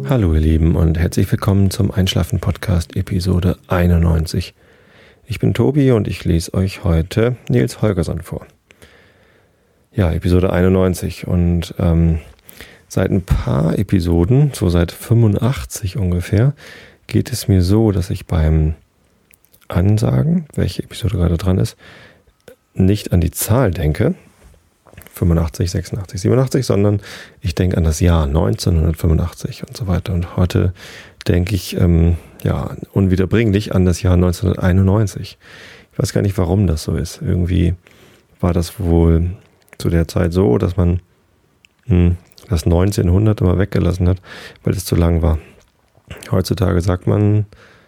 Hallo ihr Lieben und herzlich willkommen zum Einschlafen-Podcast Episode 91. Ich bin Tobi und ich lese euch heute Nils Holgersson vor. Ja, Episode 91 und seit ein paar Episoden, so seit 85 ungefähr, geht es mir so, dass ich beim Ansagen, welche Episode gerade dran ist, nicht an die Zahl denke, 85, 86, 87, sondern ich denke an das Jahr 1985 und so weiter. Und heute denke ich unwiederbringlich an das Jahr 1991. Ich weiß gar nicht, warum das so ist. Irgendwie war das wohl zu der Zeit so, dass man das 1900 immer weggelassen hat, weil es zu lang war. Heutzutage sagt man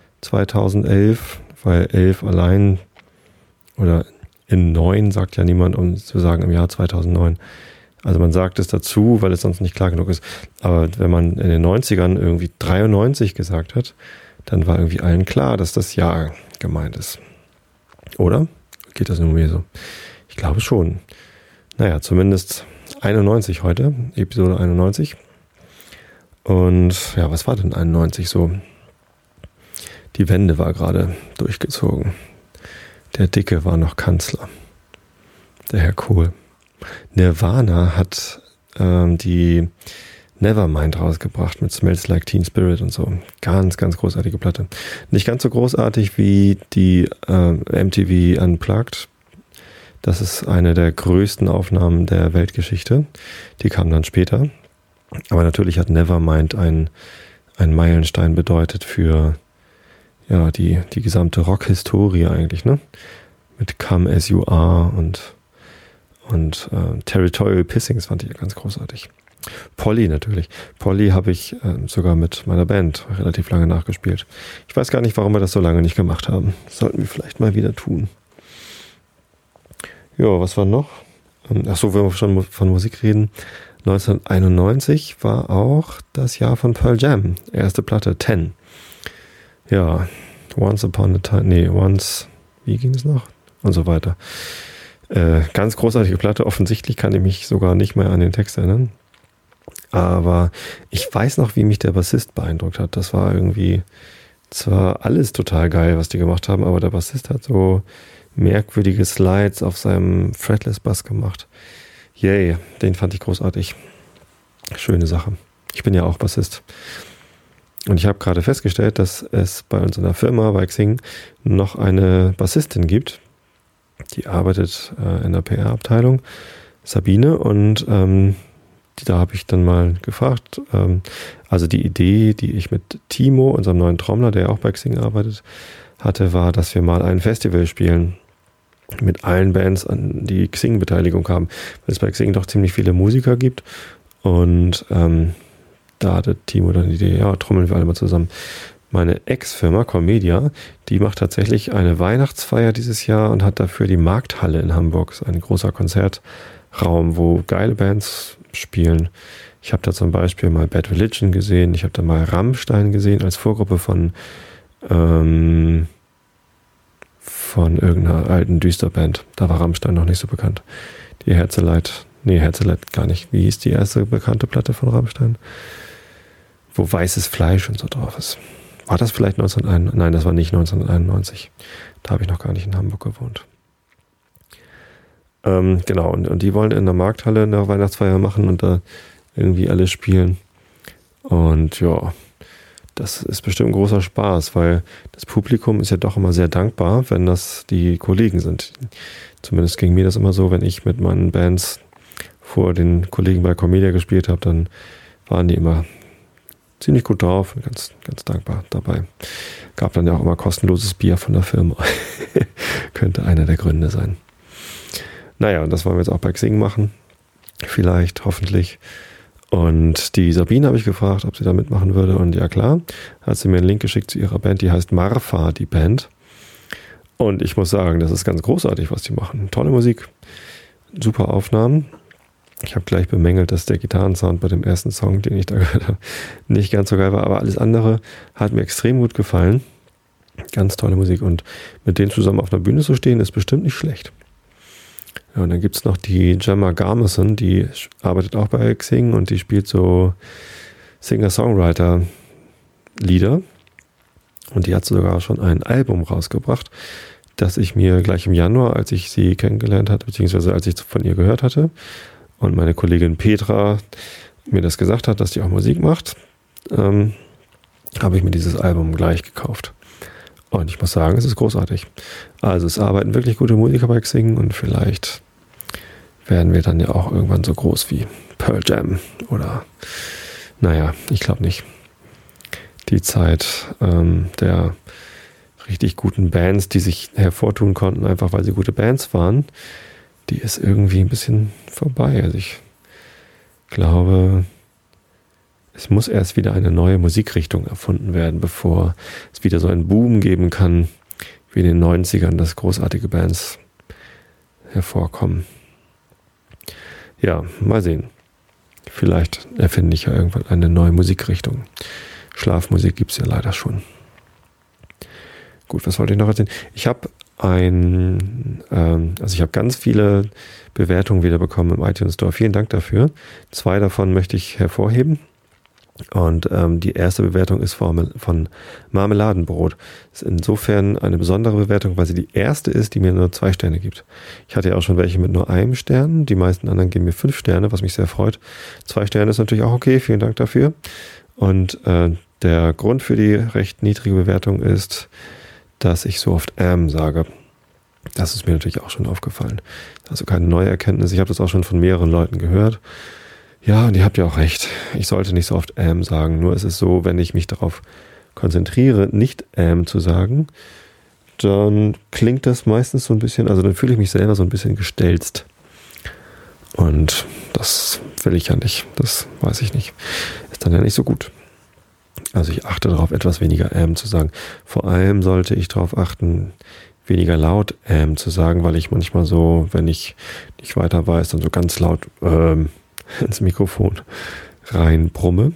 2011, weil 11 allein oder in 9 sagt ja niemand, um zu sagen im Jahr 2009. Also man sagt es dazu, weil es sonst nicht klar genug ist. Aber wenn man in den 90ern irgendwie 93 gesagt hat, dann war irgendwie allen klar, dass das Jahr gemeint ist. Oder? Geht das nur mir so? Ich glaube schon. Naja, zumindest 91 heute, Episode 91. Und ja, was war denn 91 so? Die Wende war gerade durchgezogen. Der Dicke war noch Kanzler. Der Herr Kohl. Nirvana hat die Nevermind rausgebracht mit Smells Like Teen Spirit und so. Ganz, ganz großartige Platte. Nicht ganz so großartig wie die MTV Unplugged. Das ist eine der größten Aufnahmen der Weltgeschichte. Die kam dann später. Aber natürlich hat Nevermind ein Meilenstein bedeutet für die gesamte Rock-Historie eigentlich, ne? Mit Come As You Are und Territorial Pissings fand ich ganz großartig. Polly natürlich. Polly habe ich sogar mit meiner Band relativ lange nachgespielt. Ich weiß gar nicht, warum wir das so lange nicht gemacht haben. Das sollten wir vielleicht mal wieder tun. Ja, was war noch? Achso, wenn wir schon von Musik reden. 1991 war auch das Jahr von Pearl Jam. Erste Platte, 10. Ja, wie ging es noch? Und so weiter. Ganz großartige Platte, offensichtlich kann ich mich sogar nicht mehr an den Text erinnern. Aber ich weiß noch, wie mich der Bassist beeindruckt hat. Das war irgendwie zwar alles total geil, was die gemacht haben, aber der Bassist hat so merkwürdige Slides auf seinem Fretless-Bass gemacht. Yay, den fand ich großartig. Schöne Sache. Ich bin ja auch Bassist. Und ich habe gerade festgestellt, dass es bei uns in der Firma, bei Xing, noch eine Bassistin gibt. Die arbeitet in der PR-Abteilung, Sabine. Und da habe ich dann mal gefragt, also die Idee, die ich mit Timo, unserem neuen Trommler, der auch bei Xing arbeitet, hatte, war, dass wir mal ein Festival spielen mit allen Bands, an die Xing-Beteiligung haben. Weil es bei Xing doch ziemlich viele Musiker gibt. Und da hatte Timo dann die Idee, ja, trommeln wir alle mal zusammen. Meine Ex-Firma Comedia, die macht tatsächlich eine Weihnachtsfeier dieses Jahr und hat dafür die Markthalle in Hamburg. Das ist ein großer Konzertraum, wo geile Bands spielen. Ich habe da zum Beispiel mal Bad Religion gesehen, ich habe da mal Rammstein gesehen als Vorgruppe von irgendeiner alten Düsterband. Da war Rammstein noch nicht so bekannt. Die Herzeleid gar nicht. Wie hieß die erste bekannte Platte von Rammstein? Wo weißes Fleisch und so drauf ist. War das vielleicht 1991? Nein, das war nicht 1991. Da habe ich noch gar nicht in Hamburg gewohnt. Genau, und die wollen in der Markthalle eine Weihnachtsfeier machen und da irgendwie alle spielen. Und ja, das ist bestimmt ein großer Spaß, weil das Publikum ist ja doch immer sehr dankbar, wenn das die Kollegen sind. Zumindest ging mir das immer so, wenn ich mit meinen Bands vor den Kollegen bei Comedia gespielt habe, dann waren die immer ziemlich gut drauf und ganz, ganz dankbar dabei. Gab dann ja auch immer kostenloses Bier von der Firma. Könnte einer der Gründe sein. Naja, und das wollen wir jetzt auch bei Xing machen. Vielleicht, hoffentlich. Und die Sabine habe ich gefragt, ob sie da mitmachen würde. Und ja klar, hat sie mir einen Link geschickt zu ihrer Band, die heißt Marfa, die Band. Und ich muss sagen, das ist ganz großartig, was die machen. Tolle Musik, super Aufnahmen. Ich habe gleich bemängelt, dass der Gitarrensound bei dem ersten Song, den ich da gehört habe, nicht ganz so geil war. Aber alles andere hat mir extrem gut gefallen. Ganz tolle Musik. Und mit denen zusammen auf einer Bühne zu stehen, ist bestimmt nicht schlecht. Ja, und dann gibt es noch die Gemma Garmison, die arbeitet auch bei Xing und die spielt so Singer-Songwriter-Lieder. Und die hat sogar schon ein Album rausgebracht, das ich mir gleich im Januar, als ich sie kennengelernt hatte, beziehungsweise als ich von ihr gehört hatte und meine Kollegin Petra mir das gesagt hat, dass die auch Musik macht, habe ich mir dieses Album gleich gekauft. Und ich muss sagen, es ist großartig. Also es arbeiten wirklich gute Musiker bei Xing und vielleicht werden wir dann ja auch irgendwann so groß wie Pearl Jam oder, naja, ich glaube nicht. Die Zeit der richtig guten Bands, die sich hervortun konnten, einfach weil sie gute Bands waren, die ist irgendwie ein bisschen vorbei. Also ich glaube, es muss erst wieder eine neue Musikrichtung erfunden werden, bevor es wieder so einen Boom geben kann, wie in den 90ern, dass großartige Bands hervorkommen. Ja, mal sehen. Vielleicht erfinde ich ja irgendwann eine neue Musikrichtung. Schlafmusik gibt es ja leider schon. Gut, was wollte ich noch erzählen? Ich habe ganz viele Bewertungen wieder bekommen im iTunes Store. Vielen Dank dafür. 2 davon möchte ich hervorheben. Und die erste Bewertung ist von Marmeladenbrot. Das ist insofern eine besondere Bewertung, weil sie die erste ist, die mir nur 2 Sterne gibt. Ich hatte ja auch schon welche mit nur 1 Stern. Die meisten anderen geben mir 5 Sterne, was mich sehr freut. 2 Sterne ist natürlich auch okay. Vielen Dank dafür. Und der Grund für die recht niedrige Bewertung ist, dass ich so oft sage. Das ist mir natürlich auch schon aufgefallen. Also keine neue Erkenntnis. Ich habe das auch schon von mehreren Leuten gehört. Ja, und ihr habt ja auch recht. Ich sollte nicht so oft sagen. Nur ist es so, wenn ich mich darauf konzentriere, nicht zu sagen, dann klingt das meistens so ein bisschen, also dann fühle ich mich selber so ein bisschen gestelzt. Und das will ich ja nicht. Das weiß ich nicht. Ist dann ja nicht so gut. Also ich achte darauf, etwas weniger zu sagen. Vor allem sollte ich darauf achten, weniger laut zu sagen, weil ich manchmal so, wenn ich nicht weiter weiß, dann so ganz laut ins Mikrofon reinbrumme.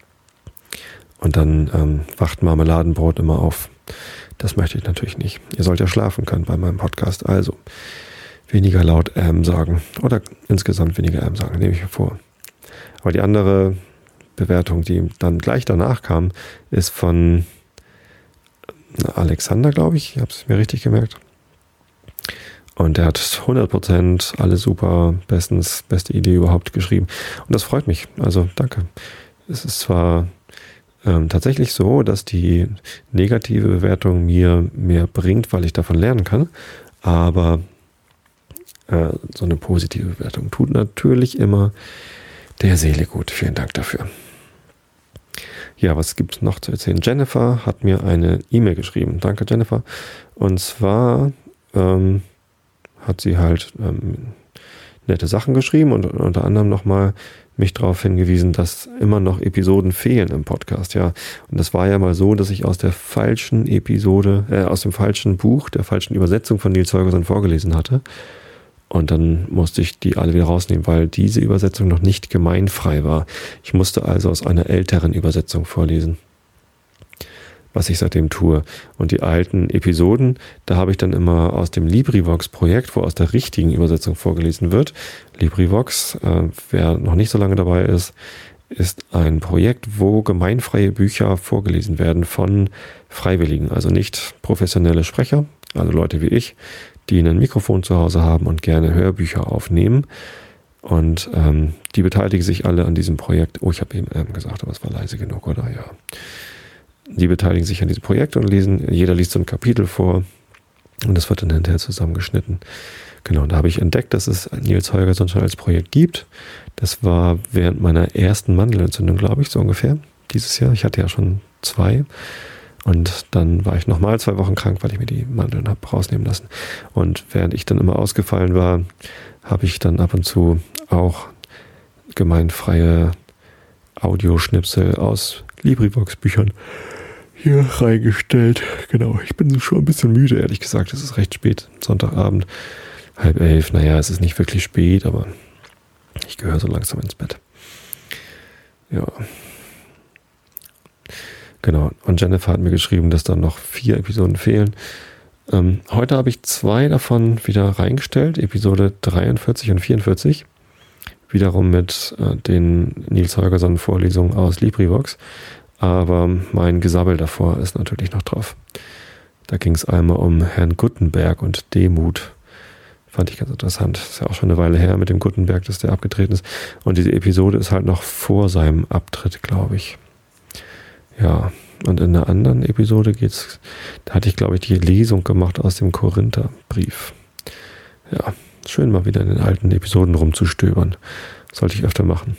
Und dann wacht Marmeladenbrot immer auf. Das möchte ich natürlich nicht. Ihr sollt ja schlafen können bei meinem Podcast. Also weniger laut sagen. Oder insgesamt weniger sagen, nehme ich mir vor. Aber die andere Bewertung, die dann gleich danach kam, ist von Alexander, glaube ich. Ich habe es mir richtig gemerkt. Und der hat 100%, alles super, bestens, beste Idee überhaupt geschrieben. Und das freut mich. Also danke. Es ist zwar tatsächlich so, dass die negative Bewertung mir mehr bringt, weil ich davon lernen kann, aber so eine positive Bewertung tut natürlich immer der Seele gut. Vielen Dank dafür. Ja, was gibt es noch zu erzählen? Jennifer hat mir eine E-Mail geschrieben. Danke, Jennifer. Und zwar hat sie halt nette Sachen geschrieben und unter anderem nochmal mich darauf hingewiesen, dass immer noch Episoden fehlen im Podcast. Ja, und das war ja mal so, dass ich aus der falschen Episode, aus dem falschen Buch, der falschen Übersetzung von Nils Holgersson vorgelesen hatte. Und dann musste ich die alle wieder rausnehmen, weil diese Übersetzung noch nicht gemeinfrei war. Ich musste also aus einer älteren Übersetzung vorlesen, was ich seitdem tue. Und die alten Episoden, da habe ich dann immer aus dem LibriVox-Projekt, wo aus der richtigen Übersetzung vorgelesen wird. LibriVox, wer noch nicht so lange dabei ist ein Projekt, wo gemeinfreie Bücher vorgelesen werden von Freiwilligen, also nicht professionelle Sprecher, also Leute wie ich, die ein Mikrofon zu Hause haben und gerne Hörbücher aufnehmen. Und die beteiligen sich alle an diesem Projekt. Oh, ich habe eben gesagt, aber es war leise genug, oder? Ja. Die beteiligen sich an diesem Projekt und jeder liest so ein Kapitel vor und das wird dann hinterher zusammengeschnitten. Genau, und da habe ich entdeckt, dass es Nils Holgersson schon als Projekt gibt. Das war während meiner ersten Mandelentzündung, glaube ich, so ungefähr, dieses Jahr. Ich hatte ja schon 2. Und dann war ich nochmal 2 Wochen krank, weil ich mir die Mandeln habe rausnehmen lassen. Und während ich dann immer ausgefallen war, habe ich dann ab und zu auch gemeinfreie Audioschnipsel aus LibriVox-Büchern hier reingestellt. Genau, ich bin schon ein bisschen müde, ehrlich gesagt. Es ist recht spät, Sonntagabend, 10:30. Naja, es ist nicht wirklich spät, aber ich gehöre so langsam ins Bett. Ja. Genau, und Jennifer hat mir geschrieben, dass dann noch 4 Episoden fehlen. Heute habe ich 2 davon wieder reingestellt, Episode 43 und 44. wiederum mit den Nils Holgersson Vorlesungen aus LibriVox, aber mein Gesabbel davor ist natürlich noch drauf. Da ging es einmal um Herrn Guttenberg und Demut. Fand ich ganz interessant. Ist ja auch schon eine Weile her mit dem Guttenberg, dass der abgetreten ist. Und diese Episode ist halt noch vor seinem Abtritt, glaube ich. Ja, und in einer anderen Episode da hatte ich, glaube ich, die Lesung gemacht aus dem Korintherbrief. Ja, schön mal wieder in den alten Episoden rumzustöbern. Sollte ich öfter machen.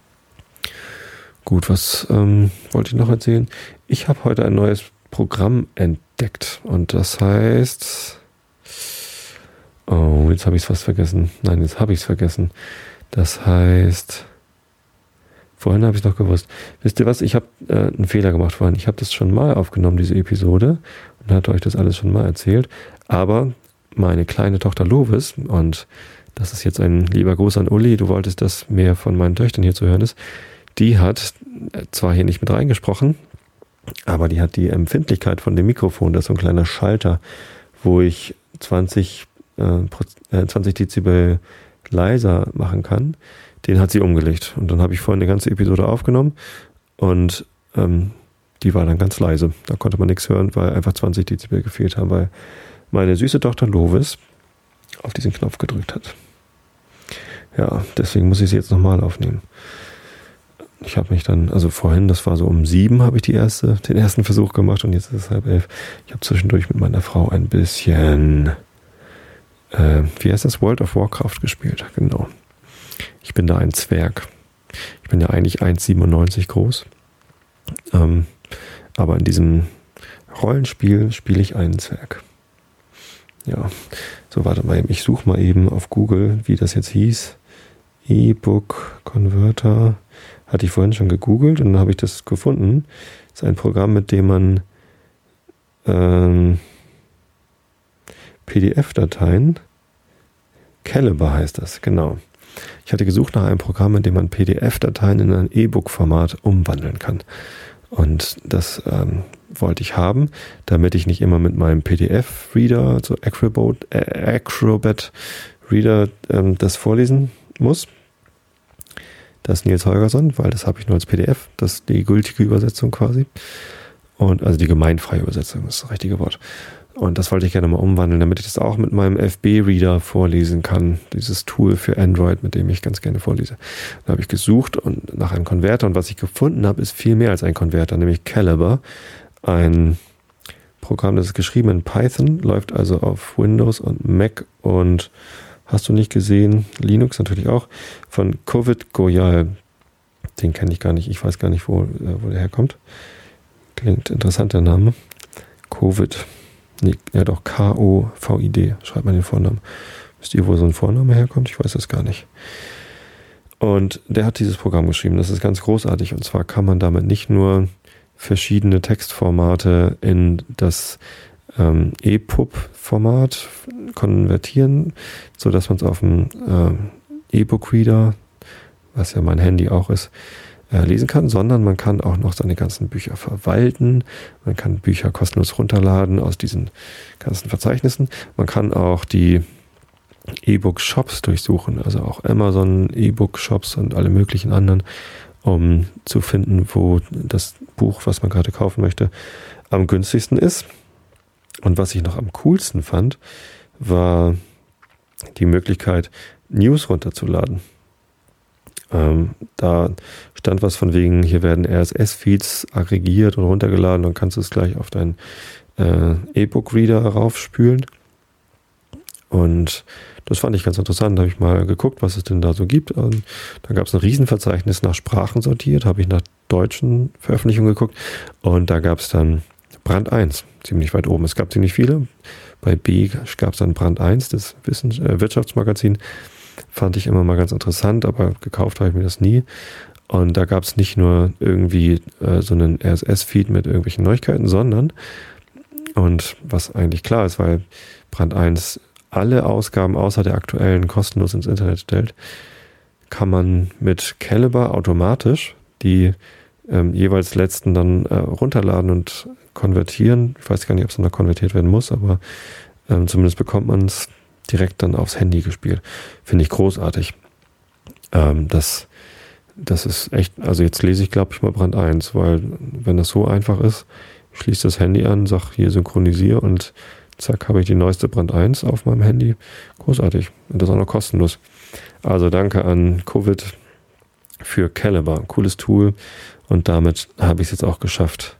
Gut, was wollte ich noch erzählen? Ich habe heute ein neues Programm entdeckt und das heißt... Oh, jetzt habe ich es fast vergessen. Nein, jetzt habe ich es vergessen. Das heißt... Vorhin habe ich es noch gewusst. Wisst ihr was? Ich habe einen Fehler gemacht vorhin. Ich habe das schon mal aufgenommen, diese Episode, und hatte euch das alles schon mal erzählt. Aber meine kleine Tochter Lovis, und das ist jetzt ein lieber Gruß an Uli, du wolltest, dass mehr von meinen Töchtern hier zu hören ist, die hat zwar hier nicht mit reingesprochen, aber die hat die Empfindlichkeit von dem Mikrofon, das ist so ein kleiner Schalter, wo ich 20 Dezibel leiser machen kann, den hat sie umgelegt. Und dann habe ich vorhin eine ganze Episode aufgenommen und die war dann ganz leise. Da konnte man nichts hören, weil einfach 20 Dezibel gefehlt haben, weil meine süße Tochter Lovis auf diesen Knopf gedrückt hat. Ja, deswegen muss ich sie jetzt nochmal aufnehmen. Ich habe mich dann, also vorhin, das war so um 7, habe ich den ersten Versuch gemacht und jetzt ist es 10:30. Ich habe zwischendurch mit meiner Frau ein bisschen, wie heißt das, World of Warcraft gespielt, genau. Ich bin da ein Zwerg. Ich bin ja eigentlich 1,97 groß. Aber in diesem Rollenspiel spiele ich einen Zwerg. Ja, so warte mal, ich suche mal eben auf Google, wie das jetzt hieß. E-Book Converter. Hatte ich vorhin schon gegoogelt und dann habe ich das gefunden. Das ist ein Programm, mit dem man PDF-Dateien, Calibre heißt das, genau. Ich hatte gesucht nach einem Programm, in dem man PDF-Dateien in ein E-Book-Format umwandeln kann. Und das wollte ich haben, damit ich nicht immer mit meinem PDF-Reader, so Acrobat-Reader, das vorlesen muss. Das ist Nils Holgersson, weil das habe ich nur als PDF. Das ist die gültige Übersetzung quasi. Und also die gemeinfreie Übersetzung ist das richtige Wort. Und das wollte ich gerne mal umwandeln, damit ich das auch mit meinem FB-Reader vorlesen kann. Dieses Tool für Android, mit dem ich ganz gerne vorlese. Da habe ich gesucht und nach einem Konverter. Und was ich gefunden habe, ist viel mehr als ein Konverter, nämlich Calibre. Ein Programm, das ist geschrieben in Python, läuft also auf Windows und Mac und hast du nicht gesehen, Linux natürlich auch, von Covid Goyal. Den kenne ich gar nicht, ich weiß gar nicht, wo der herkommt. Klingt interessant, der Name. Covid. Nee, ja doch, K-O-V-I-D, schreibt man den Vornamen. Wisst ihr, wo so ein Vorname herkommt? Ich weiß das gar nicht. Und der hat dieses Programm geschrieben, das ist ganz großartig. Und zwar kann man damit nicht nur verschiedene Textformate in das EPUB-Format konvertieren, sodass man es auf dem E-Book-Reader, was ja mein Handy auch ist, lesen kann, sondern man kann auch noch seine ganzen Bücher verwalten. Man kann Bücher kostenlos runterladen aus diesen ganzen Verzeichnissen. Man kann auch die E-Book-Shops durchsuchen, also auch Amazon, E-Book-Shops und alle möglichen anderen, um zu finden, wo das Buch, was man gerade kaufen möchte, am günstigsten ist. Und was ich noch am coolsten fand, war die Möglichkeit, News runterzuladen. Da stand was von wegen, hier werden RSS-Feeds aggregiert und runtergeladen und kannst es gleich auf deinen E-Book-Reader raufspülen. Und das fand ich ganz interessant. Da habe ich mal geguckt, was es denn da so gibt. Und da gab es ein Riesenverzeichnis nach Sprachen sortiert, habe ich nach deutschen Veröffentlichungen geguckt und da gab es dann Brand 1, ziemlich weit oben. Es gab ziemlich viele. Bei B gab es dann Brand 1, das Wirtschaftsmagazin. Fand ich immer mal ganz interessant, aber gekauft habe ich mir das nie. Und da gab es nicht nur irgendwie so einen RSS-Feed mit irgendwelchen Neuigkeiten, sondern, und was eigentlich klar ist, weil Brand 1 alle Ausgaben außer der aktuellen kostenlos ins Internet stellt, kann man mit Calibre automatisch die jeweils letzten dann runterladen und konvertieren. Ich weiß gar nicht, ob es noch konvertiert werden muss, aber zumindest bekommt man es direkt dann aufs Handy gespielt. Finde ich großartig. Das ist echt, also jetzt lese ich, glaube ich, mal Brand 1, weil wenn das so einfach ist, ich schließe das Handy an, sage hier synchronisiere und zack, habe ich die neueste Brand 1 auf meinem Handy. Großartig. Und das auch noch kostenlos. Also danke an Covid für Calibre. Cooles Tool. Und damit habe ich es jetzt auch geschafft,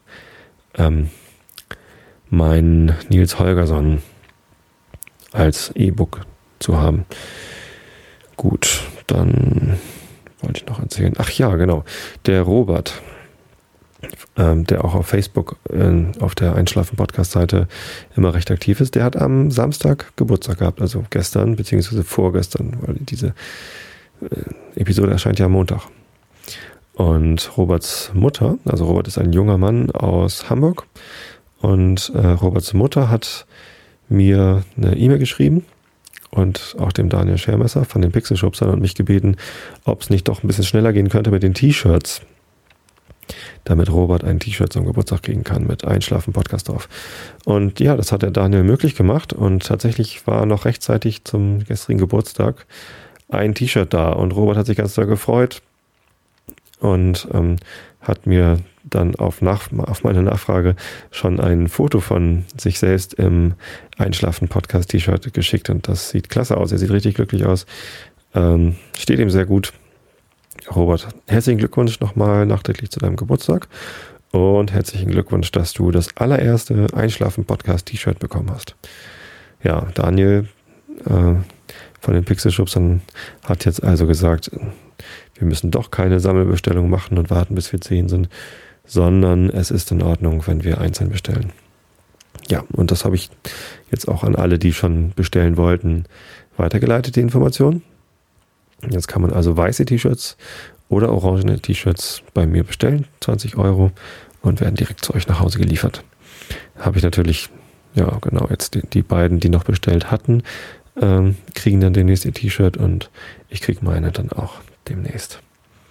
mein Niels Holgersson als E-Book zu haben. Gut, dann wollte ich noch erzählen. Ach ja, genau. Der Robert, der auch auf Facebook auf der Einschlafen-Podcast-Seite immer recht aktiv ist, der hat am Samstag Geburtstag gehabt, also gestern bzw. vorgestern, weil diese Episode erscheint ja am Montag. Und Roberts Mutter, also Robert ist ein junger Mann aus Hamburg, und Roberts Mutter hat mir eine E-Mail geschrieben und auch dem Daniel Schermesser von den Pixelschubsern und mich gebeten, ob es nicht doch ein bisschen schneller gehen könnte mit den T-Shirts, damit Robert ein T-Shirt zum Geburtstag kriegen kann mit Einschlafen-Podcast drauf. Und ja, das hat der Daniel möglich gemacht und tatsächlich war noch rechtzeitig zum gestrigen Geburtstag ein T-Shirt da und Robert hat sich ganz doll gefreut und hat mir dann auf meine Nachfrage schon ein Foto von sich selbst im Einschlafen-Podcast-T-Shirt geschickt und das sieht klasse aus. Er sieht richtig glücklich aus. Steht ihm sehr gut. Robert, herzlichen Glückwunsch nochmal nachträglich zu deinem Geburtstag und herzlichen Glückwunsch, dass du das allererste Einschlafen-Podcast-T-Shirt bekommen hast. Ja, Daniel von den Pixelschubsern hat jetzt also gesagt, wir müssen doch keine Sammelbestellung machen und warten, bis wir 10 sind, sondern es ist in Ordnung, wenn wir einzeln bestellen. Ja, und das habe ich jetzt auch an alle, die schon bestellen wollten, weitergeleitet, die Information. Jetzt kann man also weiße T-Shirts oder orangene T-Shirts bei mir bestellen, 20 € und werden direkt zu euch nach Hause geliefert. Habe ich natürlich, ja genau, jetzt die beiden, die noch bestellt hatten, kriegen dann demnächst ihr T-Shirt und ich kriege meine dann auch demnächst.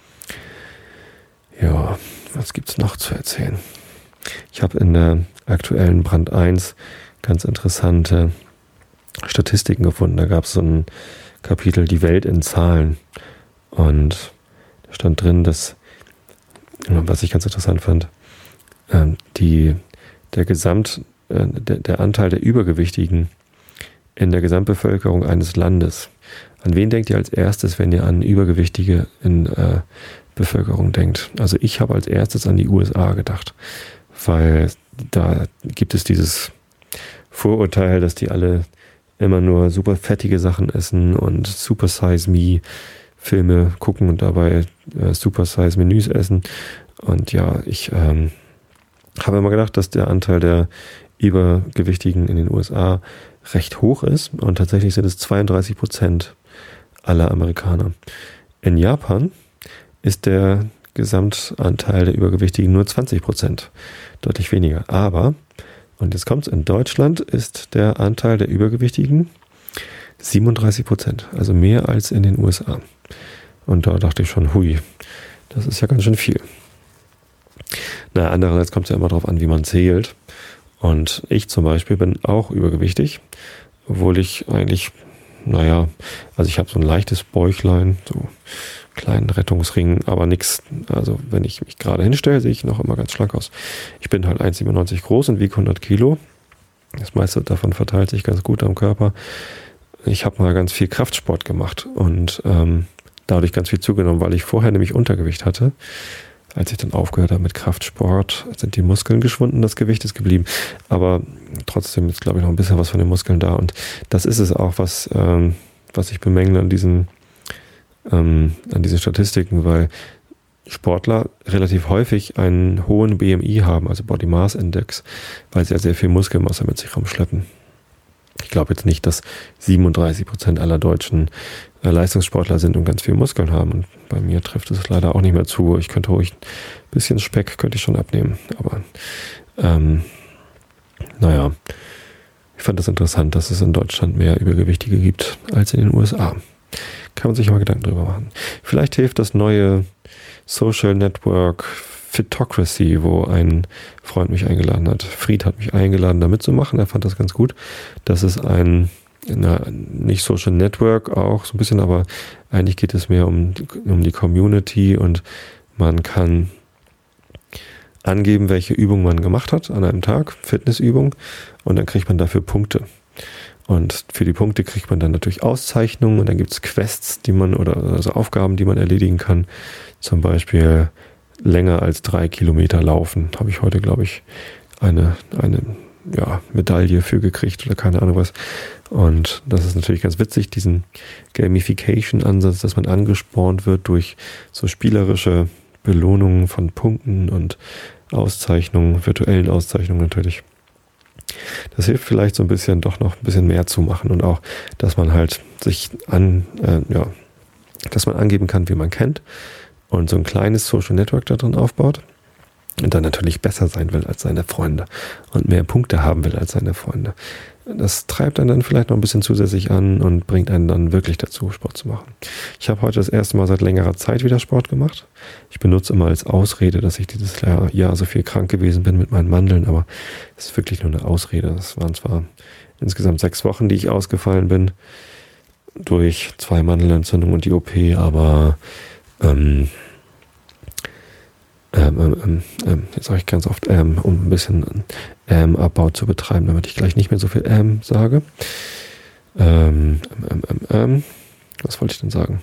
Ja, was gibt's noch zu erzählen? Ich habe in der aktuellen Brand 1 ganz interessante Statistiken gefunden. Da gab es so ein Kapitel Die Welt in Zahlen und da stand drin, dass, was ich ganz interessant fand, der Anteil der Übergewichtigen in der Gesamtbevölkerung eines Landes. An wen denkt ihr als erstes, wenn ihr an Übergewichtige in Bevölkerung denkt? Also ich habe als erstes an die USA gedacht, weil da gibt es dieses Vorurteil, dass die alle immer nur super fettige Sachen essen und Super Size Me Filme gucken und dabei Super Size Menüs essen. Und ja, ich habe immer gedacht, dass der Anteil der Übergewichtigen in den USA recht hoch ist und tatsächlich sind es 32% aller Amerikaner. In Japan ist der Gesamtanteil der Übergewichtigen nur 20%, deutlich weniger. Aber, und jetzt kommt's, in Deutschland ist der Anteil der Übergewichtigen 37%, also mehr als in den USA. Und da dachte ich schon, hui, das ist ja ganz schön viel. Na, andererseits kommt es ja immer darauf an, wie man zählt. Und ich zum Beispiel bin auch übergewichtig, obwohl ich eigentlich, also ich habe so ein leichtes Bäuchlein, so kleinen Rettungsring, aber nichts, also wenn ich mich gerade hinstelle, sehe ich noch immer ganz schlank aus. Ich bin halt 1,97 groß und wiege 100 Kilo. Das meiste davon verteilt sich ganz gut am Körper. Ich habe mal ganz viel Kraftsport gemacht und dadurch ganz viel zugenommen, weil ich vorher nämlich Untergewicht hatte. Als ich dann aufgehört habe mit Kraftsport, sind die Muskeln geschwunden, das Gewicht ist geblieben. Aber trotzdem ist, glaube ich, noch ein bisschen was von den Muskeln da. Und das ist es auch, was ich bemängle an diesen Statistiken, weil Sportler relativ häufig einen hohen BMI haben, also Body Mass Index, weil sie ja sehr viel Muskelmasse mit sich rumschleppen. Ich glaube jetzt nicht, dass 37% aller deutschen Leistungssportler sind und ganz viel Muskeln haben. Und bei mir trifft es leider auch nicht mehr zu. Ich könnte ruhig ein bisschen Speck könnte ich schon abnehmen. Aber ich fand das interessant, dass es in Deutschland mehr Übergewichtige gibt als in den USA. Kann man sich mal Gedanken drüber machen. Vielleicht hilft das neue Social Network Fitocracy, wo ein Freund mich eingeladen hat. Fried hat mich eingeladen, da mitzumachen. Er fand das ganz gut. Das ist ein nicht Social Network auch so ein bisschen, aber eigentlich geht es mehr um die Community und man kann angeben, welche Übung man gemacht hat an einem Tag, Fitnessübung, und dann kriegt man dafür Punkte. Und für die Punkte kriegt man dann natürlich Auszeichnungen und dann gibt es Quests, also Aufgaben, die man erledigen kann. Zum Beispiel länger als 3 Kilometer laufen. Habe ich heute, glaube ich, eine Medaille für gekriegt oder keine Ahnung was. Und das ist natürlich ganz witzig, diesen Gamification-Ansatz, dass man angespornt wird durch so spielerische Belohnungen von Punkten und Auszeichnungen, virtuellen Auszeichnungen natürlich. Das hilft vielleicht so ein bisschen, doch noch ein bisschen mehr zu machen und auch, dass man halt dass man angeben kann, wie man kennt und so ein kleines Social Network da drin aufbaut und dann natürlich besser sein will als seine Freunde und mehr Punkte haben will als seine Freunde. Das treibt einen dann vielleicht noch ein bisschen zusätzlich an und bringt einen dann wirklich dazu, Sport zu machen. Ich habe heute das erste Mal seit längerer Zeit wieder Sport gemacht. Ich benutze immer als Ausrede, dass ich dieses Jahr so viel krank gewesen bin mit meinen Mandeln, aber es ist wirklich nur eine Ausrede. Es waren zwar insgesamt 6 Wochen, die ich ausgefallen bin durch 2 Mandelentzündungen und die OP, aber jetzt sage ich ganz oft um ein bisschen Abbau zu betreiben, damit ich gleich nicht mehr so viel sage. Was wollte ich denn sagen?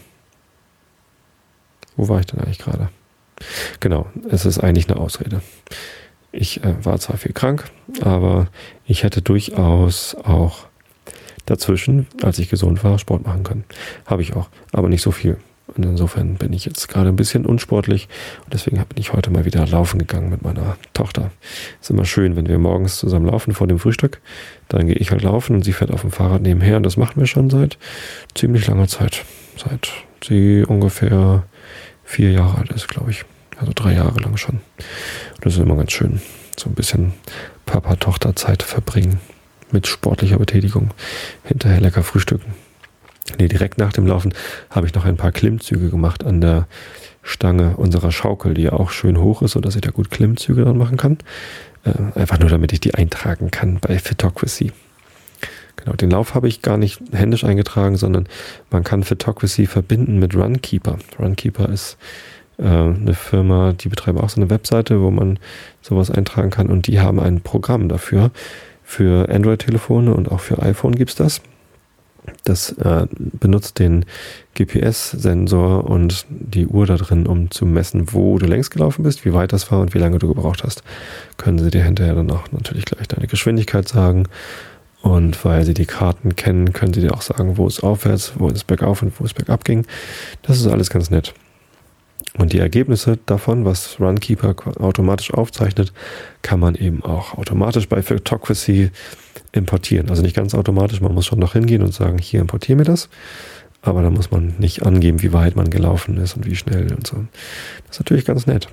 Wo war ich denn eigentlich gerade? Genau, es ist eigentlich eine Ausrede. Ich war zwar viel krank, aber ich hätte durchaus auch dazwischen, als ich gesund war, Sport machen können. Habe ich auch, aber nicht so viel. Und insofern bin ich jetzt gerade ein bisschen unsportlich und deswegen bin ich heute mal wieder laufen gegangen mit meiner Tochter. Ist immer schön, wenn wir morgens zusammen laufen vor dem Frühstück. Dann gehe ich halt laufen und sie fährt auf dem Fahrrad nebenher und das machen wir schon seit ziemlich langer Zeit. Seit sie ungefähr 4 Jahre alt ist, glaube ich. Also 3 Jahre lang schon. Und das ist immer ganz schön. So ein bisschen Papa-Tochter-Zeit verbringen mit sportlicher Betätigung. Hinterher lecker frühstücken. Direkt nach dem Laufen habe ich noch ein paar Klimmzüge gemacht an der Stange unserer Schaukel, die ja auch schön hoch ist, sodass ich da gut Klimmzüge dran machen kann. Einfach nur, damit ich die eintragen kann bei Fitocracy. Genau, den Lauf habe ich gar nicht händisch eingetragen, sondern man kann Fitocracy verbinden mit Runkeeper. Runkeeper ist eine Firma, die betreiben auch so eine Webseite, wo man sowas eintragen kann und die haben ein Programm dafür. Für Android-Telefone und auch für iPhone gibt es das. Das benutzt den GPS-Sensor und die Uhr da drin, um zu messen, wo du längst gelaufen bist, wie weit das war und wie lange du gebraucht hast. Können sie dir hinterher dann auch natürlich gleich deine Geschwindigkeit sagen. Und weil sie die Karten kennen, können sie dir auch sagen, wo es aufwärts, wo es bergauf und wo es bergab ging. Das ist alles ganz nett. Und die Ergebnisse davon, was Runkeeper automatisch aufzeichnet, kann man eben auch automatisch bei Fitocracy importieren. Also nicht ganz automatisch, man muss schon noch hingehen und sagen, hier importiere mir das. Aber da muss man nicht angeben, wie weit man gelaufen ist und wie schnell und so. Das ist natürlich ganz nett.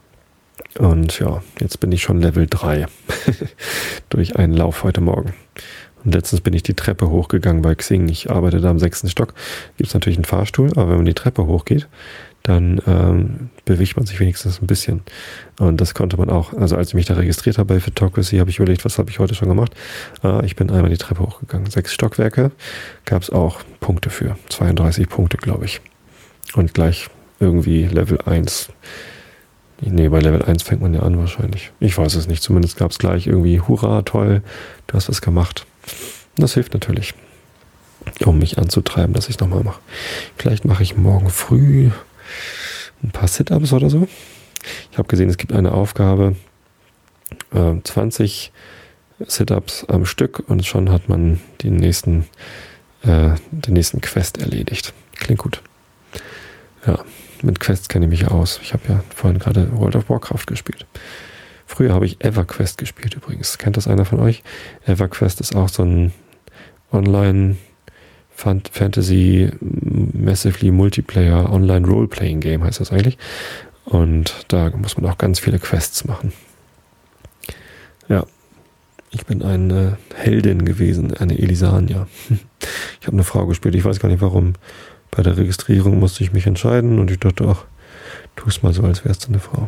Und ja, jetzt bin ich schon Level 3 durch einen Lauf heute Morgen. Und letztens bin ich die Treppe hochgegangen bei Xing. Ich arbeite da am 6. Stock. Gibt es natürlich einen Fahrstuhl, aber wenn man die Treppe hochgeht, dann bewegt man sich wenigstens ein bisschen. Und das konnte man auch. Also als ich mich da registriert habe bei Fitocracy, habe ich überlegt, was habe ich heute schon gemacht? Ich bin einmal die Treppe hochgegangen. 6 Stockwerke gab es auch Punkte für. 32 Punkte, glaube ich. Und gleich irgendwie Level 1. Nee, bei Level 1 fängt man ja an wahrscheinlich. Ich weiß es nicht. Zumindest gab es gleich irgendwie, hurra, toll, du hast was gemacht. Und das hilft natürlich, um mich anzutreiben, dass ich es nochmal mache. Vielleicht mache ich morgen früh ein paar Sit-Ups oder so. Ich habe gesehen, es gibt eine Aufgabe, 20 Sit-Ups am Stück und schon hat man den nächsten Quest erledigt. Klingt gut. Ja, mit Quests kenne ich mich ja aus. Ich habe ja vorhin gerade World of Warcraft gespielt. Früher habe ich EverQuest gespielt übrigens. Kennt das einer von euch? EverQuest ist auch so ein Online Fantasy Massively Multiplayer Online Role-Playing Game heißt das eigentlich. Und da muss man auch ganz viele Quests machen. Ja, ich bin eine Heldin gewesen, eine Elisania. Ich habe eine Frau gespielt, ich weiß gar nicht warum. Bei der Registrierung musste ich mich entscheiden und ich dachte, ach, tu es mal so, als wärst du eine Frau.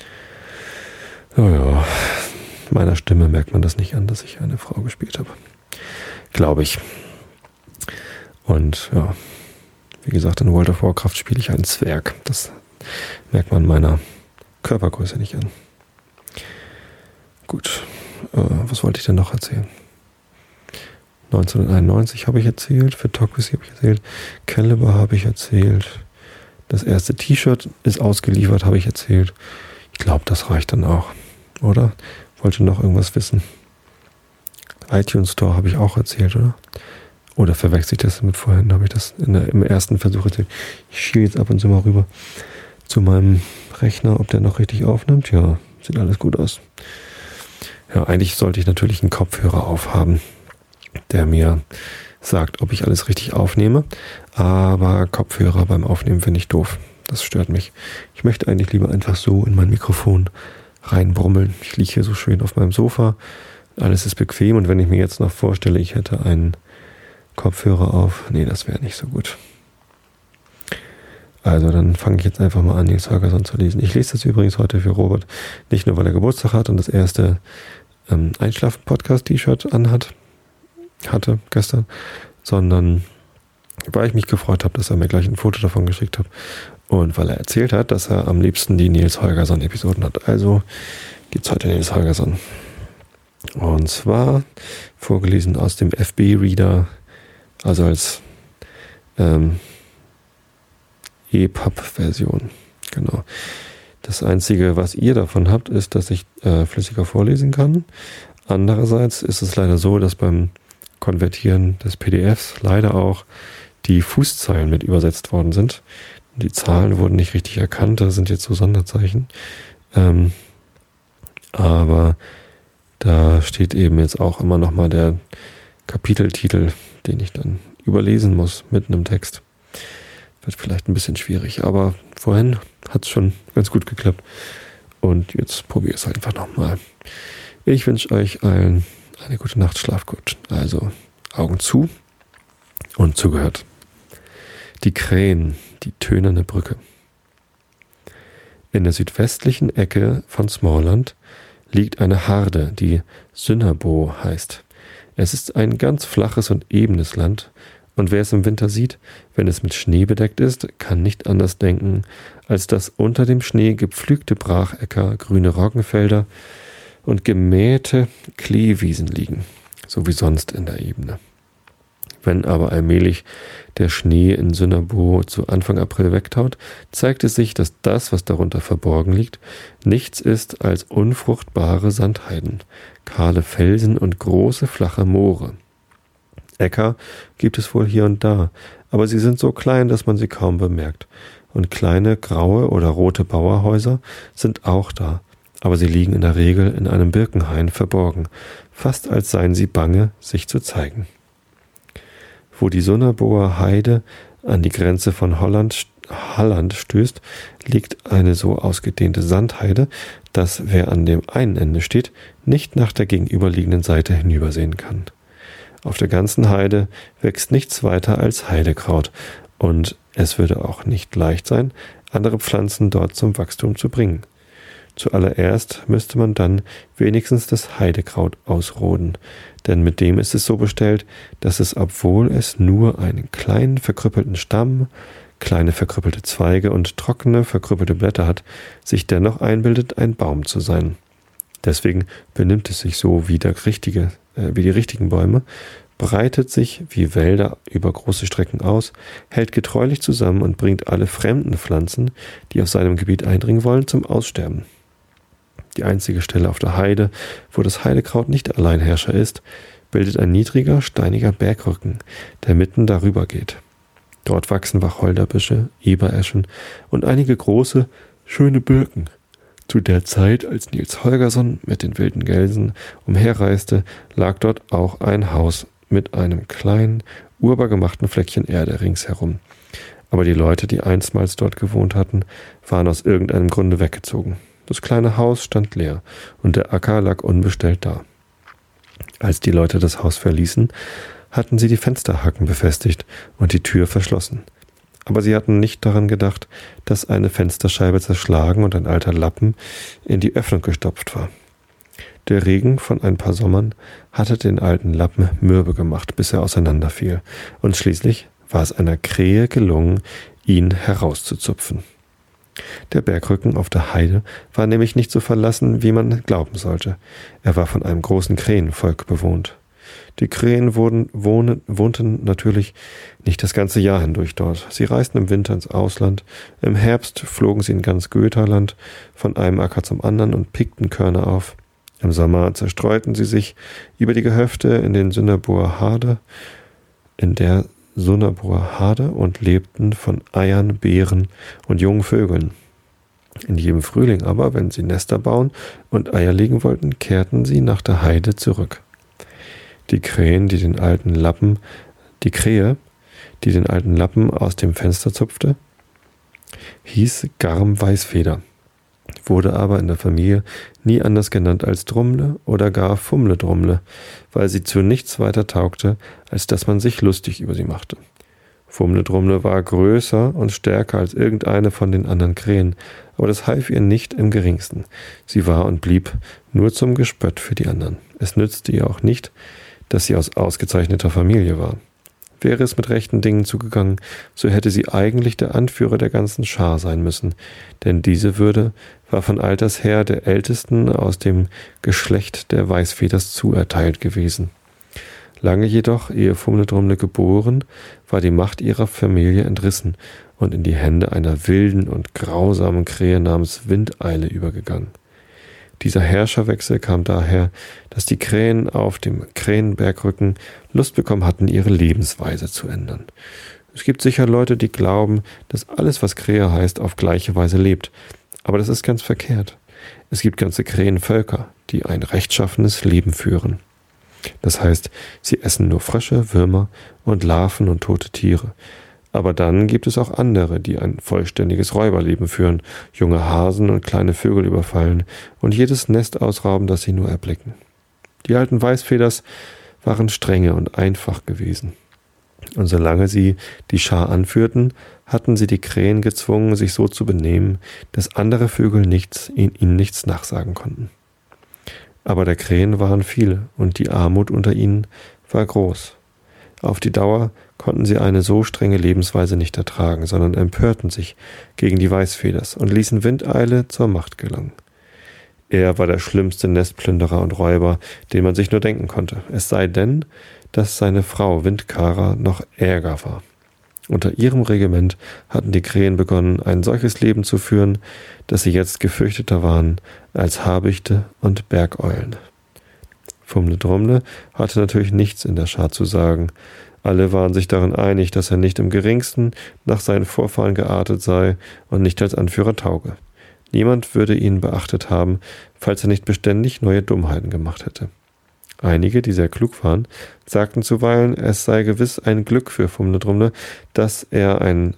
Ja, meiner Stimme merkt man das nicht an, dass ich eine Frau gespielt habe. Glaube ich. Und ja, wie gesagt, in World of Warcraft spiele ich einen Zwerg. Das merkt man meiner Körpergröße nicht an. Gut, was wollte ich denn noch erzählen? 1991 habe ich erzählt, für Togwisi habe ich erzählt, Caliber habe ich erzählt, das erste T-Shirt ist ausgeliefert, habe ich erzählt. Ich glaube, das reicht dann auch, oder? Wollte noch irgendwas wissen? iTunes Store habe ich auch erzählt, oder? Oder verwechsel ich das mit vorhin? Habe ich das im ersten Versuch erzählt? Ich schiele jetzt ab und zu mal rüber zu meinem Rechner, ob der noch richtig aufnimmt. Ja, sieht alles gut aus. Ja, eigentlich sollte ich natürlich einen Kopfhörer aufhaben, der mir sagt, ob ich alles richtig aufnehme. Aber Kopfhörer beim Aufnehmen finde ich doof. Das stört mich. Ich möchte eigentlich lieber einfach so in mein Mikrofon reinbrummeln. Ich liege hier so schön auf meinem Sofa. Alles ist bequem. Und wenn ich mir jetzt noch vorstelle, ich hätte einen Kopfhörer auf, nee, das wäre nicht so gut. Also dann fange ich jetzt einfach mal an, Nils Holgersson zu lesen. Ich lese das übrigens heute für Robert, nicht nur weil er Geburtstag hat und das erste Einschlafen-Podcast-T-Shirt hatte gestern, sondern weil ich mich gefreut habe, dass er mir gleich ein Foto davon geschickt hat und weil er erzählt hat, dass er am liebsten die Nils Holgersson-Episoden hat. Also gibt's heute Nils Holgersson. Und zwar vorgelesen aus dem FB-Reader, also als EPUB-Version. Genau. Das Einzige, was ihr davon habt, ist, dass ich flüssiger vorlesen kann. Andererseits ist es leider so, dass beim Konvertieren des PDFs leider auch die Fußzeilen mit übersetzt worden sind. Die Zahlen wurden nicht richtig erkannt, da sind jetzt so Sonderzeichen. Aber da steht eben jetzt auch immer nochmal der Kapiteltitel, den ich dann überlesen muss, mitten im Text. Wird vielleicht ein bisschen schwierig, aber vorhin hat es schon ganz gut geklappt. Und jetzt probiere ich es einfach nochmal. Ich wünsche euch allen eine gute Nacht, schlaft gut. Also Augen zu und zugehört. Die Krähen, die tönerne Brücke. In der südwestlichen Ecke von Smallland liegt eine Harde, die Synnerbo heißt. Es ist ein ganz flaches und ebenes Land, und wer es im Winter sieht, wenn es mit Schnee bedeckt ist, kann nicht anders denken, als dass unter dem Schnee gepflügte Brachäcker, grüne Roggenfelder und gemähte Kleewiesen liegen, so wie sonst in der Ebene. Wenn aber allmählich der Schnee in Synnerbo zu Anfang April wegtaut, zeigt es sich, dass das, was darunter verborgen liegt, nichts ist als unfruchtbare Sandheiden, kahle Felsen und große flache Moore. Äcker gibt es wohl hier und da, aber sie sind so klein, dass man sie kaum bemerkt. Und kleine graue oder rote Bauerhäuser sind auch da, aber sie liegen in der Regel in einem Birkenhain verborgen, fast als seien sie bange, sich zu zeigen. Wo die Synnerboer Heide an die Grenze von Halland stößt, liegt eine so ausgedehnte Sandheide, dass wer an dem einen Ende steht, nicht nach der gegenüberliegenden Seite hinübersehen kann. Auf der ganzen Heide wächst nichts weiter als Heidekraut, und es würde auch nicht leicht sein, andere Pflanzen dort zum Wachstum zu bringen. Zuallererst müsste man dann wenigstens das Heidekraut ausroden, denn mit dem ist es so bestellt, dass es, obwohl es nur einen kleinen verkrüppelten Stamm, kleine verkrüppelte Zweige und trockene verkrüppelte Blätter hat, sich dennoch einbildet, ein Baum zu sein. Deswegen benimmt es sich so wie die richtigen Bäume, breitet sich wie Wälder über große Strecken aus, hält getreulich zusammen und bringt alle fremden Pflanzen, die auf seinem Gebiet eindringen wollen, zum Aussterben. Die einzige Stelle auf der Heide, wo das Heidekraut nicht Alleinherrscher ist, bildet ein niedriger, steiniger Bergrücken, der mitten darüber geht. Dort wachsen Wacholderbüsche, Ebereschen und einige große, schöne Birken. Zu der Zeit, als Nils Holgersson mit den wilden Gelsen umherreiste, lag dort auch ein Haus mit einem kleinen, urbar gemachten Fleckchen Erde ringsherum. Aber die Leute, die einstmals dort gewohnt hatten, waren aus irgendeinem Grunde weggezogen. Das kleine Haus stand leer und der Acker lag unbestellt da. Als die Leute das Haus verließen, hatten sie die Fensterhaken befestigt und die Tür verschlossen. Aber sie hatten nicht daran gedacht, dass eine Fensterscheibe zerschlagen und ein alter Lappen in die Öffnung gestopft war. Der Regen von ein paar Sommern hatte den alten Lappen mürbe gemacht, bis er auseinanderfiel, und schließlich war es einer Krähe gelungen, ihn herauszuzupfen. Der Bergrücken auf der Heide war nämlich nicht so verlassen, wie man glauben sollte. Er war von einem großen Krähenvolk bewohnt. Die Krähen wohnten natürlich nicht das ganze Jahr hindurch dort. Sie reisten im Winter ins Ausland, im Herbst flogen sie in ganz Götaland von einem Acker zum anderen und pickten Körner auf. Im Sommer zerstreuten sie sich über die Gehöfte in der Sunnerboer Hade und lebten von Eiern, Beeren und jungen Vögeln. In jedem Frühling aber, wenn sie Nester bauen und Eier legen wollten, kehrten sie nach der Heide zurück. Die Krähe, die den alten Lappen aus dem Fenster zupfte, hieß Garm Weißfeder, wurde aber in der Familie nie anders genannt als Drumle oder gar Fumle Drumle, weil sie zu nichts weiter taugte, als dass man sich lustig über sie machte. Fumle Drumle war größer und stärker als irgendeine von den anderen Krähen, aber das half ihr nicht im geringsten. Sie war und blieb nur zum Gespött für die anderen. Es nützte ihr auch nicht, dass sie aus ausgezeichneter Familie war. Wäre es mit rechten Dingen zugegangen, so hätte sie eigentlich der Anführer der ganzen Schar sein müssen, denn diese Würde war von alters her der Ältesten aus dem Geschlecht der Weißfeders zuerteilt gewesen. Lange jedoch, ehe Fumle Drumle geboren, war die Macht ihrer Familie entrissen und in die Hände einer wilden und grausamen Krähe namens Windeile übergegangen. Dieser Herrscherwechsel kam daher, dass die Krähen auf dem Krähenbergrücken Lust bekommen hatten, ihre Lebensweise zu ändern. Es gibt sicher Leute, die glauben, dass alles, was Krähe heißt, auf gleiche Weise lebt. Aber das ist ganz verkehrt. Es gibt ganze Krähenvölker, die ein rechtschaffenes Leben führen. Das heißt, sie essen nur Frösche, Würmer und Larven und tote Tiere. Aber dann gibt es auch andere, die ein vollständiges Räuberleben führen, junge Hasen und kleine Vögel überfallen und jedes Nest ausrauben, das sie nur erblicken. Die alten Weißfeders waren strenge und einfach gewesen. Und solange sie die Schar anführten, hatten sie die Krähen gezwungen, sich so zu benehmen, dass andere Vögel ihnen nichts nachsagen konnten. Aber der Krähen waren viele und die Armut unter ihnen war groß. Auf die Dauer konnten sie eine so strenge Lebensweise nicht ertragen, sondern empörten sich gegen die Weißfeders und ließen Windeile zur Macht gelangen. Er war der schlimmste Nestplünderer und Räuber, den man sich nur denken konnte, es sei denn, dass seine Frau Windkara noch ärger war. Unter ihrem Regiment hatten die Krähen begonnen, ein solches Leben zu führen, dass sie jetzt gefürchteter waren als Habichte und Bergeulen. Fumle Drumle hatte natürlich nichts in der Schar zu sagen. Alle waren sich darin einig, dass er nicht im geringsten nach seinen Vorfahren geartet sei und nicht als Anführer tauge. Niemand würde ihn beachtet haben, falls er nicht beständig neue Dummheiten gemacht hätte. Einige, die sehr klug waren, sagten zuweilen, es sei gewiss ein Glück für Fumle Drumle, dass er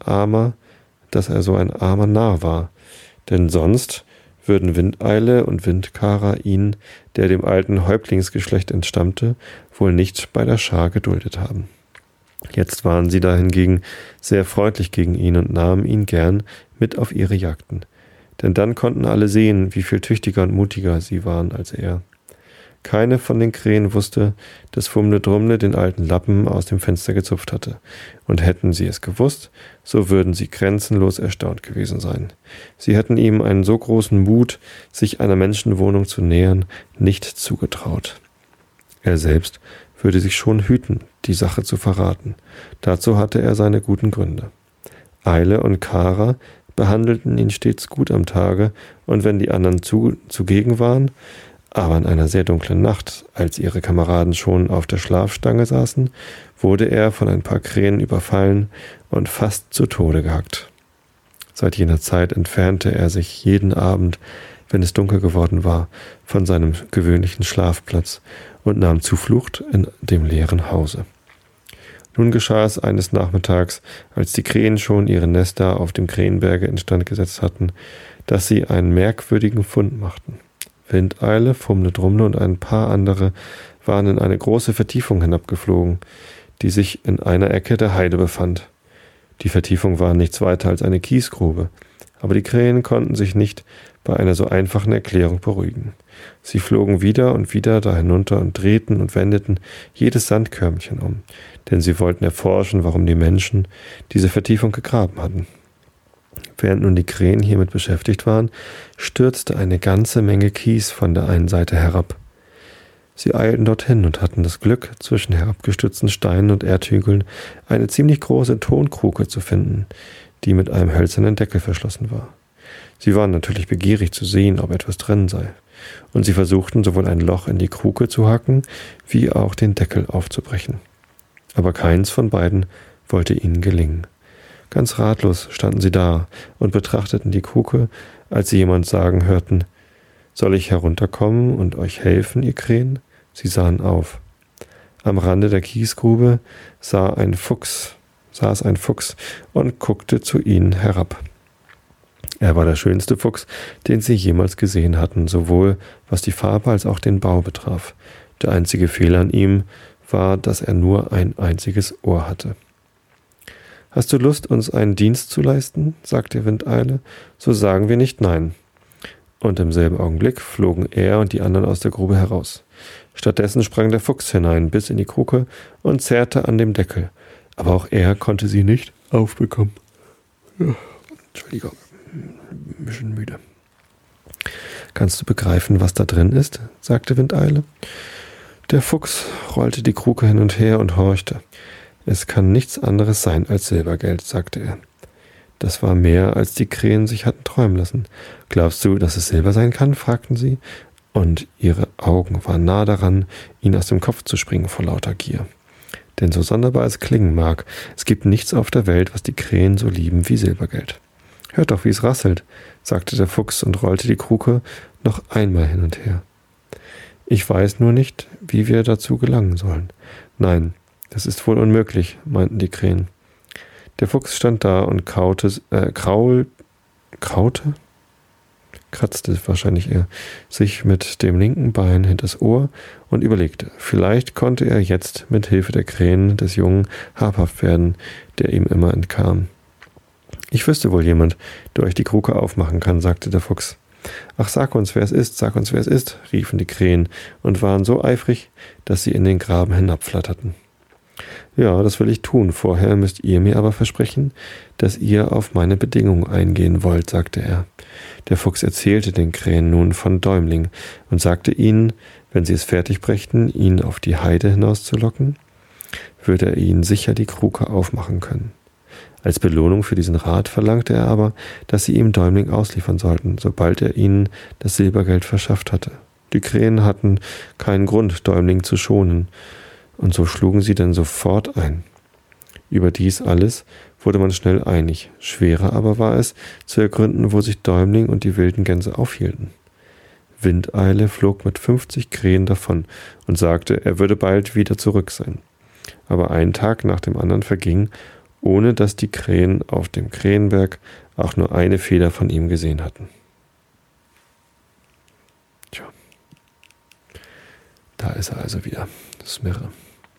so ein armer Narr war, denn sonst würden Windeile und Windkara ihn, der dem alten Häuptlingsgeschlecht entstammte, wohl nicht bei der Schar geduldet haben. Jetzt waren sie dahingegen sehr freundlich gegen ihn und nahmen ihn gern mit auf ihre Jagden. Denn dann konnten alle sehen, wie viel tüchtiger und mutiger sie waren als er. Keine von den Krähen wusste, dass Fumle Drumle den alten Lappen aus dem Fenster gezupft hatte. Und hätten sie es gewusst, so würden sie grenzenlos erstaunt gewesen sein. Sie hätten ihm einen so großen Mut, sich einer Menschenwohnung zu nähern, nicht zugetraut. Er selbst würde sich schon hüten, die Sache zu verraten. Dazu hatte er seine guten Gründe. Eile und Kara behandelten ihn stets gut am Tage, und wenn die anderen zugegen waren, aber in einer sehr dunklen Nacht, als ihre Kameraden schon auf der Schlafstange saßen, wurde er von ein paar Krähen überfallen und fast zu Tode gehackt. Seit jener Zeit entfernte er sich jeden Abend, wenn es dunkel geworden war, von seinem gewöhnlichen Schlafplatz und nahm Zuflucht in dem leeren Hause. Nun geschah es eines Nachmittags, als die Krähen schon ihre Nester auf dem Krähenberge instand gesetzt hatten, dass sie einen merkwürdigen Fund machten. Windeile, Fumle Drumle und ein paar andere waren in eine große Vertiefung hinabgeflogen, die sich in einer Ecke der Heide befand. Die Vertiefung war nichts weiter als eine Kiesgrube, aber die Krähen konnten sich nicht bei einer so einfachen Erklärung beruhigen. Sie flogen wieder und wieder da hinunter und drehten und wendeten jedes Sandkörnchen um, denn sie wollten erforschen, warum die Menschen diese Vertiefung gegraben hatten. Während nun die Krähen hiermit beschäftigt waren, stürzte eine ganze Menge Kies von der einen Seite herab. Sie eilten dorthin und hatten das Glück, zwischen herabgestürzten Steinen und Erdhügeln eine ziemlich große Tonkruke zu finden, die mit einem hölzernen Deckel verschlossen war. Sie waren natürlich begierig zu sehen, ob etwas drin sei, und sie versuchten sowohl ein Loch in die Kruke zu hacken, wie auch den Deckel aufzubrechen. Aber keins von beiden wollte ihnen gelingen. Ganz ratlos standen sie da und betrachteten die Kruke, als sie jemand sagen hörten: »Soll ich herunterkommen und euch helfen, ihr Krähen?« Sie sahen auf. Am Rande der Kiesgrube saß ein Fuchs und guckte zu ihnen herab. Er war der schönste Fuchs, den sie jemals gesehen hatten, sowohl was die Farbe als auch den Bau betraf. Der einzige Fehler an ihm war, dass er nur ein einziges Ohr hatte. »Hast du Lust, uns einen Dienst zu leisten?« sagte Windeile. »So sagen wir nicht nein.« Und im selben Augenblick flogen er und die anderen aus der Grube heraus. Stattdessen sprang der Fuchs hinein bis in die Kruke und zerrte an dem Deckel. Aber auch er konnte sie nicht aufbekommen. Ja, Entschuldigung, ein bisschen müde. »Kannst du begreifen, was da drin ist?« sagte Windeile. Der Fuchs rollte die Kruke hin und her und horchte. »Es kann nichts anderes sein als Silbergeld«, sagte er. Das war mehr, als die Krähen sich hatten träumen lassen. »Glaubst du, dass es Silber sein kann?« fragten sie, und ihre Augen waren nah daran, ihnen aus dem Kopf zu springen vor lauter Gier. Denn so sonderbar es klingen mag, es gibt nichts auf der Welt, was die Krähen so lieben wie Silbergeld. »Hört doch, wie es rasselt«, sagte der Fuchs und rollte die Kruke noch einmal hin und her. »Ich weiß nur nicht, wie wir dazu gelangen sollen.« »Nein, das ist wohl unmöglich«, meinten die Krähen. Der Fuchs stand da und kratzte wahrscheinlich eher, sich mit dem linken Bein hinters Ohr und überlegte. Vielleicht konnte er jetzt mit Hilfe der Krähen des Jungen habhaft werden, der ihm immer entkam. »Ich wüsste wohl jemand, der euch die Kruke aufmachen kann«, sagte der Fuchs. »Ach, sag uns, wer es ist, sag uns, wer es ist«, riefen die Krähen und waren so eifrig, dass sie in den Graben hinabflatterten. »Ja, das will ich tun. Vorher müsst ihr mir aber versprechen, dass ihr auf meine Bedingungen eingehen wollt«, sagte er. Der Fuchs erzählte den Krähen nun von Däumling und sagte ihnen, wenn sie es fertig brächten, ihn auf die Heide hinauszulocken, würde er ihnen sicher die Kruke aufmachen können. Als Belohnung für diesen Rat verlangte er aber, dass sie ihm Däumling ausliefern sollten, sobald er ihnen das Silbergeld verschafft hatte. Die Krähen hatten keinen Grund, Däumling zu schonen, und so schlugen sie denn sofort ein. Über dies alles wurde man schnell einig. Schwerer aber war es, zu ergründen, wo sich Däumling und die wilden Gänse aufhielten. Windeile flog mit 50 Krähen davon und sagte, er würde bald wieder zurück sein. Aber ein Tag nach dem anderen verging, ohne dass die Krähen auf dem Krähenberg auch nur eine Feder von ihm gesehen hatten. Tja, da ist er also wieder, Smirre.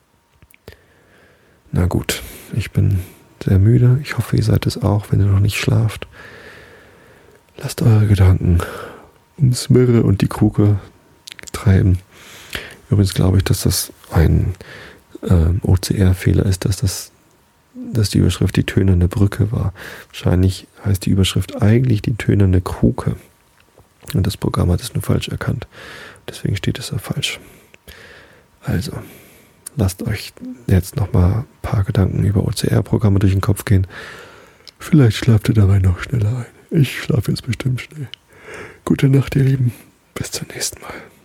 Na gut, ich bin sehr müde. Ich hoffe, ihr seid es auch, wenn ihr noch nicht schlaft. Lasst eure Gedanken um Smirre und die Kruke treiben. Übrigens glaube ich, dass das ein OCR-Fehler ist, dass die Überschrift die tönerne Brücke war. Wahrscheinlich heißt die Überschrift eigentlich die tönerne Kruke. Und das Programm hat es nur falsch erkannt. Deswegen steht es da falsch. Also, lasst euch jetzt nochmal ein paar Gedanken über OCR-Programme durch den Kopf gehen. Vielleicht schlaft ihr dabei noch schneller ein. Ich schlafe jetzt bestimmt schnell. Gute Nacht, ihr Lieben. Bis zum nächsten Mal.